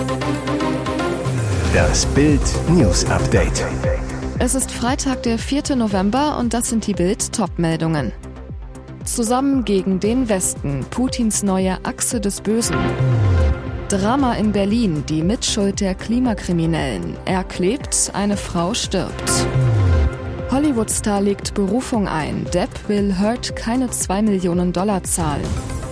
Das Bild News Update. Es ist Freitag, der 4. November und das sind die Bild-Top-Meldungen. Zusammen gegen den Westen, Putins neue Achse des Bösen. Drama in Berlin, die Mitschuld der Klimakriminellen. Er klebt, eine Frau stirbt. Hollywood-Star legt Berufung ein. Depp will Heard keine $2 Millionen zahlen.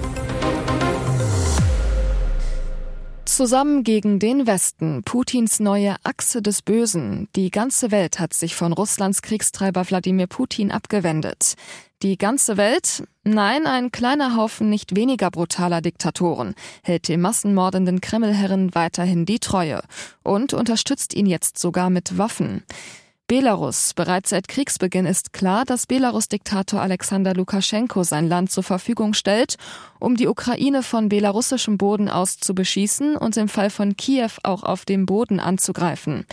Zusammen gegen den Westen, Putins neue Achse des Bösen. Die ganze Welt hat sich von Russlands Kriegstreiber Wladimir Putin abgewendet. Die ganze Welt? Nein, ein kleiner Haufen nicht weniger brutaler Diktatoren hält dem massenmordenden Kremlherren weiterhin die Treue und unterstützt ihn jetzt sogar mit Waffen. Belarus. Bereits seit Kriegsbeginn ist klar, dass Belarus-Diktator Alexander Lukaschenko sein Land zur Verfügung stellt, um die Ukraine von belarussischem Boden aus zu beschießen und im Fall von Kiew auch auf dem Boden anzugreifen.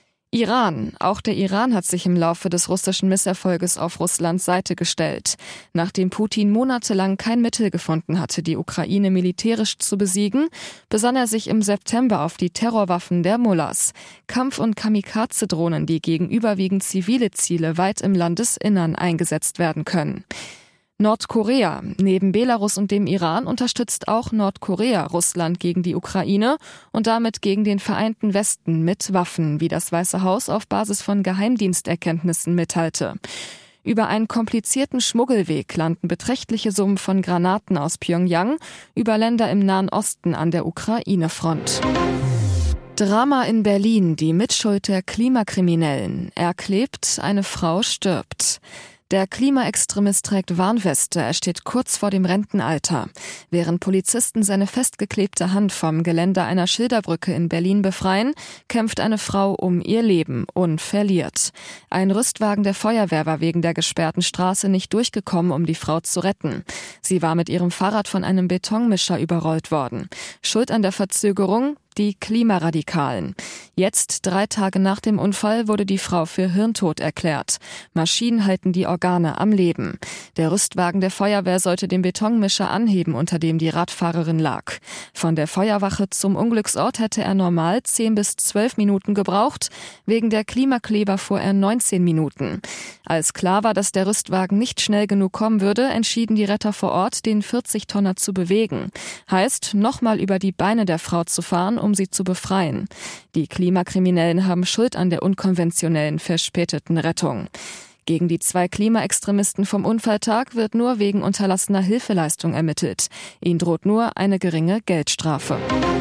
Iran. Auch der Iran hat sich im Laufe des russischen Misserfolges auf Russlands Seite gestellt. Nachdem Putin monatelang kein Mittel gefunden hatte, die Ukraine militärisch zu besiegen, besann er sich im September auf die Terrorwaffen der Mullahs. Kampf- und Kamikaze-Drohnen, die gegen überwiegend zivile Ziele weit im Landesinnern eingesetzt werden können. Nordkorea. Neben Belarus und dem Iran unterstützt auch Nordkorea Russland gegen die Ukraine und damit gegen den vereinten Westen mit Waffen, wie das Weiße Haus auf Basis von Geheimdiensterkenntnissen mitteilte. Über einen komplizierten Schmuggelweg landen beträchtliche Summen von Granaten aus Pyongyang über Länder im Nahen Osten an der Ukraine-Front. Drama in Berlin, die Mitschuld der Klimakriminellen. Er klebt, eine Frau stirbt. Der Klimaextremist trägt Warnweste, er steht kurz vor dem Rentenalter. Während Polizisten seine festgeklebte Hand vom Geländer einer Schilderbrücke in Berlin befreien, kämpft eine Frau um ihr Leben und verliert. Ein Rüstwagen der Feuerwehr war wegen der gesperrten Straße nicht durchgekommen, um die Frau zu retten. Sie war mit ihrem Fahrrad von einem Betonmischer überrollt worden. Schuld an der Verzögerung? Die Klimaradikalen. Jetzt, 3 Tage nach dem Unfall, wurde die Frau für hirntot erklärt. Maschinen halten die Organe am Leben. Der Rüstwagen der Feuerwehr sollte den Betonmischer anheben, unter dem die Radfahrerin lag. Von der Feuerwache zum Unglücksort hätte er normal 10 bis 12 Minuten gebraucht. Wegen der Klimakleber fuhr er 19 Minuten. Als klar war, dass der Rüstwagen nicht schnell genug kommen würde, entschieden die Retter vor Ort, den 40-Tonner zu bewegen. Heißt, nochmal über die Beine der Frau zu fahren, um sie zu befreien. Die Klimakriminellen haben Schuld an der unkonventionellen, verspäteten Rettung. Gegen die 2 Klimaextremisten vom Unfalltag wird nur wegen unterlassener Hilfeleistung ermittelt. Ihnen droht nur eine geringe Geldstrafe.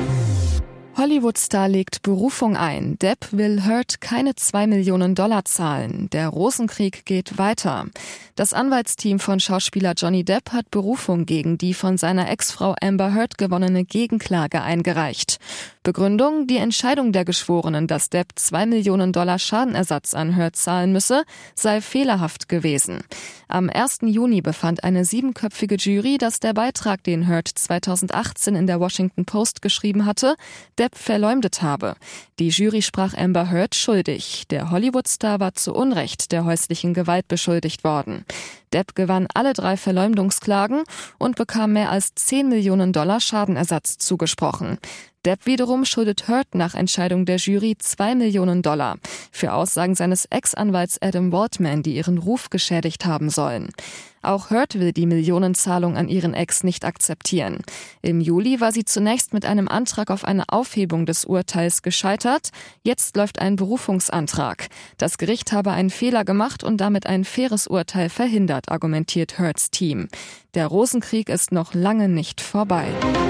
Hollywood-Star legt Berufung ein. Depp will Heard keine $2 Millionen zahlen. Der Rosenkrieg geht weiter. Das Anwaltsteam von Schauspieler Johnny Depp hat Berufung gegen die von seiner Ex-Frau Amber Heard gewonnene Gegenklage eingereicht. Begründung: Die Entscheidung der Geschworenen, dass Depp $2 Millionen Schadenersatz an Heard zahlen müsse, sei fehlerhaft gewesen. Am 1. Juni befand eine 7-köpfige Jury, dass der Beitrag, den Heard 2018 in der Washington Post geschrieben hatte, Depp verleumdet habe. Die Jury sprach Amber Heard schuldig. Der Hollywood-Star war zu Unrecht der häuslichen Gewalt beschuldigt worden. Depp gewann alle 3 Verleumdungsklagen und bekam mehr als $10 Millionen Schadenersatz zugesprochen. Depp wiederum schuldet Heard nach Entscheidung der Jury $2 Millionen für Aussagen seines Ex-Anwalts Adam Waldman, die ihren Ruf geschädigt haben sollen. Auch Heard will die Millionenzahlung an ihren Ex nicht akzeptieren. Im Juli war sie zunächst mit einem Antrag auf eine Aufhebung des Urteils gescheitert. Jetzt läuft ein Berufungsantrag. Das Gericht habe einen Fehler gemacht und damit ein faires Urteil verhindert, argumentiert Heards Team. Der Rosenkrieg ist noch lange nicht vorbei.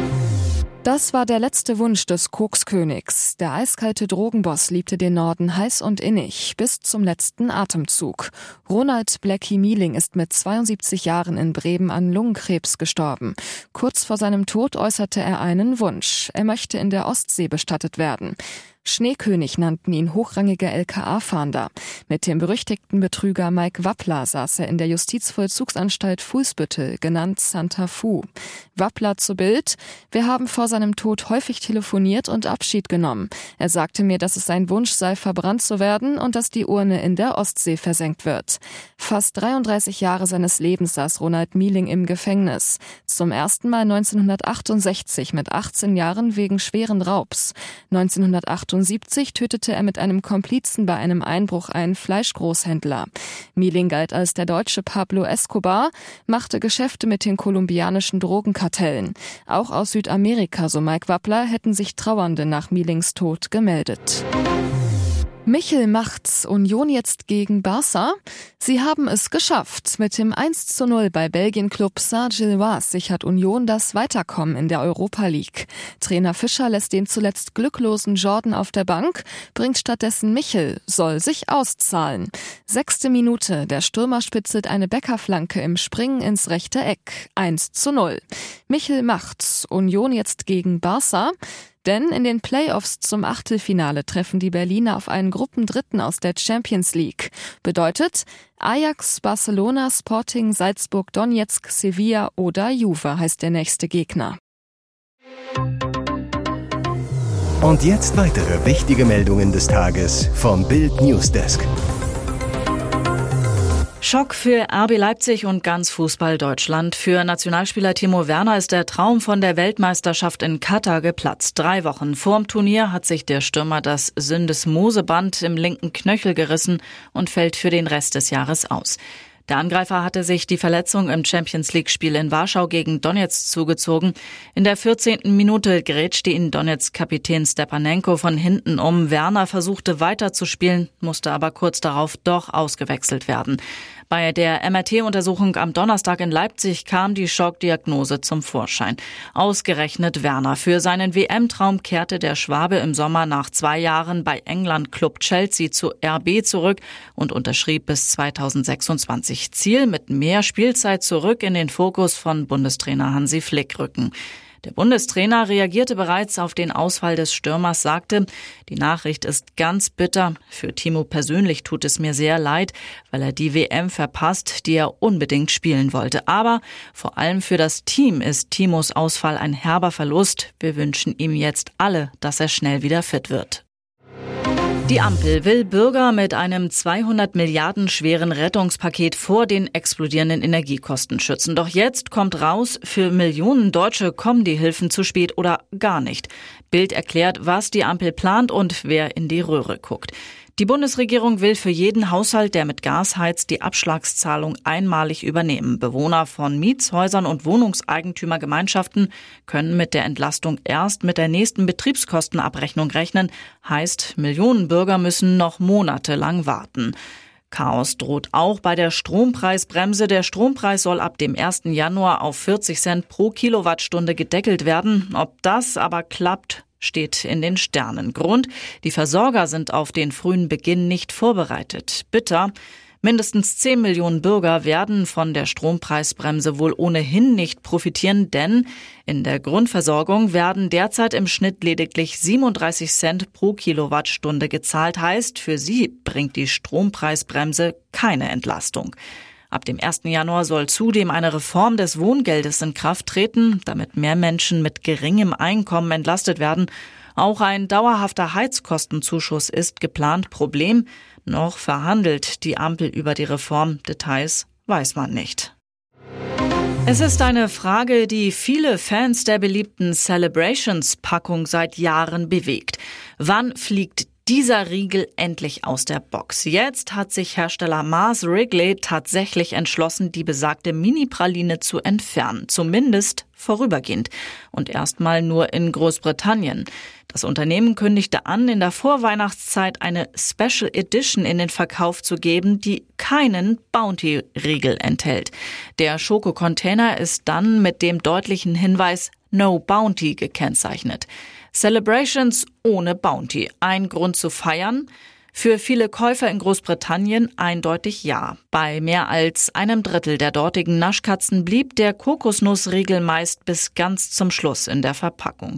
Das war der letzte Wunsch des Kokskönigs. Der eiskalte Drogenboss liebte den Norden heiß und innig, bis zum letzten Atemzug. Ronald Blackie Mieling ist mit 72 Jahren in Bremen an Lungenkrebs gestorben. Kurz vor seinem Tod äußerte er einen Wunsch. Er möchte in der Ostsee bestattet werden. Schneekönig nannten ihn hochrangige LKA-Fahnder. Mit dem berüchtigten Betrüger Mike Wappler saß er in der Justizvollzugsanstalt Fuhlsbüttel, genannt Santa Fu. Wappler zu Bild: Wir haben vor seinem Tod häufig telefoniert und Abschied genommen. Er sagte mir, dass es sein Wunsch sei, verbrannt zu werden und dass die Urne in der Ostsee versenkt wird. Fast 33 Jahre seines Lebens saß Ronald Mieling im Gefängnis. Zum ersten Mal 1968 mit 18 Jahren wegen schweren Raubs. 1978 tötete er mit einem Komplizen bei einem Einbruch einen Fleischgroßhändler. Mieling galt als der deutsche Pablo Escobar, machte Geschäfte mit den kolumbianischen Drogenkartellen. Auch aus Südamerika, so Mike Wappler, hätten sich Trauernde nach Mielings Tod gemeldet. Michel macht's, Union jetzt gegen Barça? Sie haben es geschafft. Mit dem 1:0 bei Belgien-Club Saint-Gilloise sichert Union das Weiterkommen in der Europa League. Trainer Fischer lässt den zuletzt glücklosen Jordan auf der Bank, bringt stattdessen Michel, soll sich auszahlen. 6. Minute, der Stürmer spitzelt eine Bäckerflanke im Springen ins rechte Eck. 1:0. Michel macht's, Union jetzt gegen Barça? Denn in den Playoffs zum Achtelfinale treffen die Berliner auf einen Gruppendritten aus der Champions League. Bedeutet, Ajax, Barcelona, Sporting, Salzburg, Donetsk, Sevilla oder Juve heißt der nächste Gegner. Und jetzt weitere wichtige Meldungen des Tages vom Bild Newsdesk. Schock für RB Leipzig und ganz Fußball-Deutschland. Für Nationalspieler Timo Werner ist der Traum von der Weltmeisterschaft in Katar geplatzt. 3 Wochen vorm Turnier hat sich der Stürmer das Syndesmoseband im linken Knöchel gerissen und fällt für den Rest des Jahres aus. Der Angreifer hatte sich die Verletzung im Champions-League-Spiel in Warschau gegen Donetsk zugezogen. In der 14. Minute grätschte ihn Donetsk-Kapitän Stepanenko von hinten um. Werner versuchte weiterzuspielen, musste aber kurz darauf doch ausgewechselt werden. Bei der MRT-Untersuchung am Donnerstag in Leipzig kam die Schockdiagnose zum Vorschein. Ausgerechnet Werner. Für seinen WM-Traum kehrte der Schwabe im Sommer nach 2 Jahren bei England-Club Chelsea zu RB zurück und unterschrieb bis 2026. Ziel: mit mehr Spielzeit zurück in den Fokus von Bundestrainer Hansi Flick rücken. Der Bundestrainer reagierte bereits auf den Ausfall des Stürmers, sagte: Die Nachricht ist ganz bitter. Für Timo persönlich tut es mir sehr leid, weil er die WM verpasst, die er unbedingt spielen wollte. Aber vor allem für das Team ist Timos Ausfall ein herber Verlust. Wir wünschen ihm jetzt alle, dass er schnell wieder fit wird. Die Ampel will Bürger mit einem 200 Milliarden schweren Rettungspaket vor den explodierenden Energiekosten schützen. Doch jetzt kommt raus, für Millionen Deutsche kommen die Hilfen zu spät oder gar nicht. Bild erklärt, was die Ampel plant und wer in die Röhre guckt. Die Bundesregierung will für jeden Haushalt, der mit Gas heizt, die Abschlagszahlung einmalig übernehmen. Bewohner von Mietshäusern und Wohnungseigentümergemeinschaften können mit der Entlastung erst mit der nächsten Betriebskostenabrechnung rechnen. Heißt, Millionen Bürger müssen noch monatelang warten. Chaos droht auch bei der Strompreisbremse. Der Strompreis soll ab dem 1. Januar auf 40 Cent pro Kilowattstunde gedeckelt werden. Ob das aber klappt, steht in den Sternen. Grund: die Versorger sind auf den frühen Beginn nicht vorbereitet. Bitter: mindestens 10 Millionen Bürger werden von der Strompreisbremse wohl ohnehin nicht profitieren, denn in der Grundversorgung werden derzeit im Schnitt lediglich 37 Cent pro Kilowattstunde gezahlt. Heißt, für sie bringt die Strompreisbremse keine Entlastung. Ab dem 1. Januar soll zudem eine Reform des Wohngeldes in Kraft treten, damit mehr Menschen mit geringem Einkommen entlastet werden. Auch ein dauerhafter Heizkostenzuschuss ist geplant. Problem: noch verhandelt die Ampel über die Reform. Details weiß man nicht. Es ist eine Frage, die viele Fans der beliebten Celebrations-Packung seit Jahren bewegt. Wann fliegt dieser Riegel endlich aus der Box? Jetzt hat sich Hersteller Mars Wrigley tatsächlich entschlossen, die besagte Mini-Praline zu entfernen. Zumindest vorübergehend. Und erstmal nur in Großbritannien. Das Unternehmen kündigte an, in der Vorweihnachtszeit eine Special Edition in den Verkauf zu geben, die keinen Bounty-Riegel enthält. Der Schokocontainer ist dann mit dem deutlichen Hinweis No Bounty gekennzeichnet. Celebrations ohne Bounty. Ein Grund zu feiern? Für viele Käufer in Großbritannien eindeutig ja. Bei mehr als 1/3 der dortigen Naschkatzen blieb der Kokosnussriegel meist bis ganz zum Schluss in der Verpackung.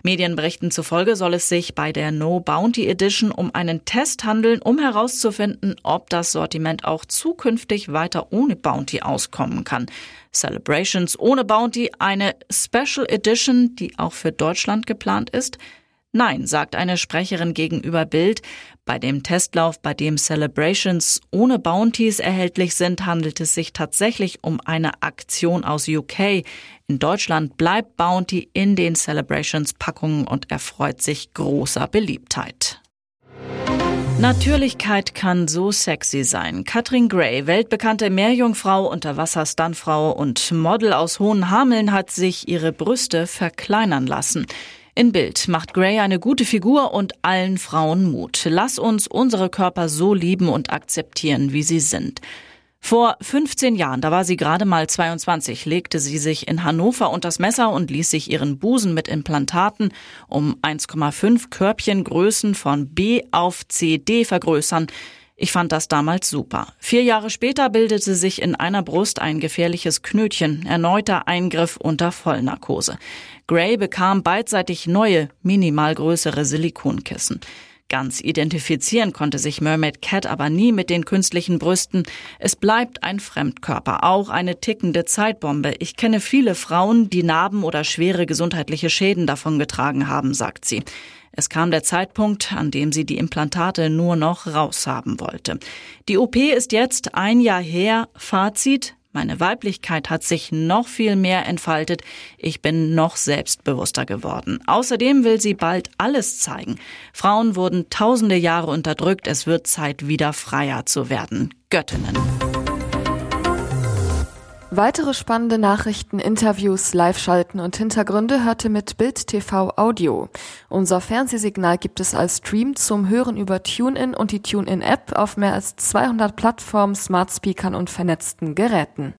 Medienberichten zufolge soll es sich bei der No Bounty Edition um einen Test handeln, um herauszufinden, ob das Sortiment auch zukünftig weiter ohne Bounty auskommen kann. Celebrations ohne Bounty, eine Special Edition, die auch für Deutschland geplant ist? Nein, sagt eine Sprecherin gegenüber Bild. Bei dem Testlauf, bei dem Celebrations ohne Bounties erhältlich sind, handelt es sich tatsächlich um eine Aktion aus UK. In Deutschland bleibt Bounty in den Celebrations-Packungen und erfreut sich großer Beliebtheit. Natürlichkeit kann so sexy sein. Katrin Gray, weltbekannte Meerjungfrau, Unterwasser-Stuntfrau und Model aus Hohenhameln, hat sich ihre Brüste verkleinern lassen. In Bild macht Gray eine gute Figur und allen Frauen Mut. Lass uns unsere Körper so lieben und akzeptieren, wie sie sind. Vor 15 Jahren, da war sie gerade mal 22, legte sie sich in Hannover unters Messer und ließ sich ihren Busen mit Implantaten um 1,5 Körbchengrößen von B auf CD vergrößern. Ich fand das damals super. 4 Jahre später bildete sich in einer Brust ein gefährliches Knötchen. Erneuter Eingriff unter Vollnarkose. Gray bekam beidseitig neue, minimal größere Silikonkissen. Ganz identifizieren konnte sich Mermaid Cat aber nie mit den künstlichen Brüsten. Es bleibt ein Fremdkörper, auch eine tickende Zeitbombe. Ich kenne viele Frauen, die Narben oder schwere gesundheitliche Schäden davongetragen haben, sagt sie. Es kam der Zeitpunkt, an dem sie die Implantate nur noch raushaben wollte. Die OP ist jetzt 1 Jahr her. Fazit: Meine Weiblichkeit hat sich noch viel mehr entfaltet. Ich bin noch selbstbewusster geworden. Außerdem will sie bald alles zeigen. Frauen wurden tausende Jahre unterdrückt. Es wird Zeit, wieder freier zu werden. Göttinnen. Weitere spannende Nachrichten, Interviews, Live-Schalten und Hintergründe hörte mit Bild TV Audio. Unser Fernsehsignal gibt es als Stream zum Hören über TuneIn und die TuneIn-App auf mehr als 200 Plattformen, Smart-Speakern und vernetzten Geräten.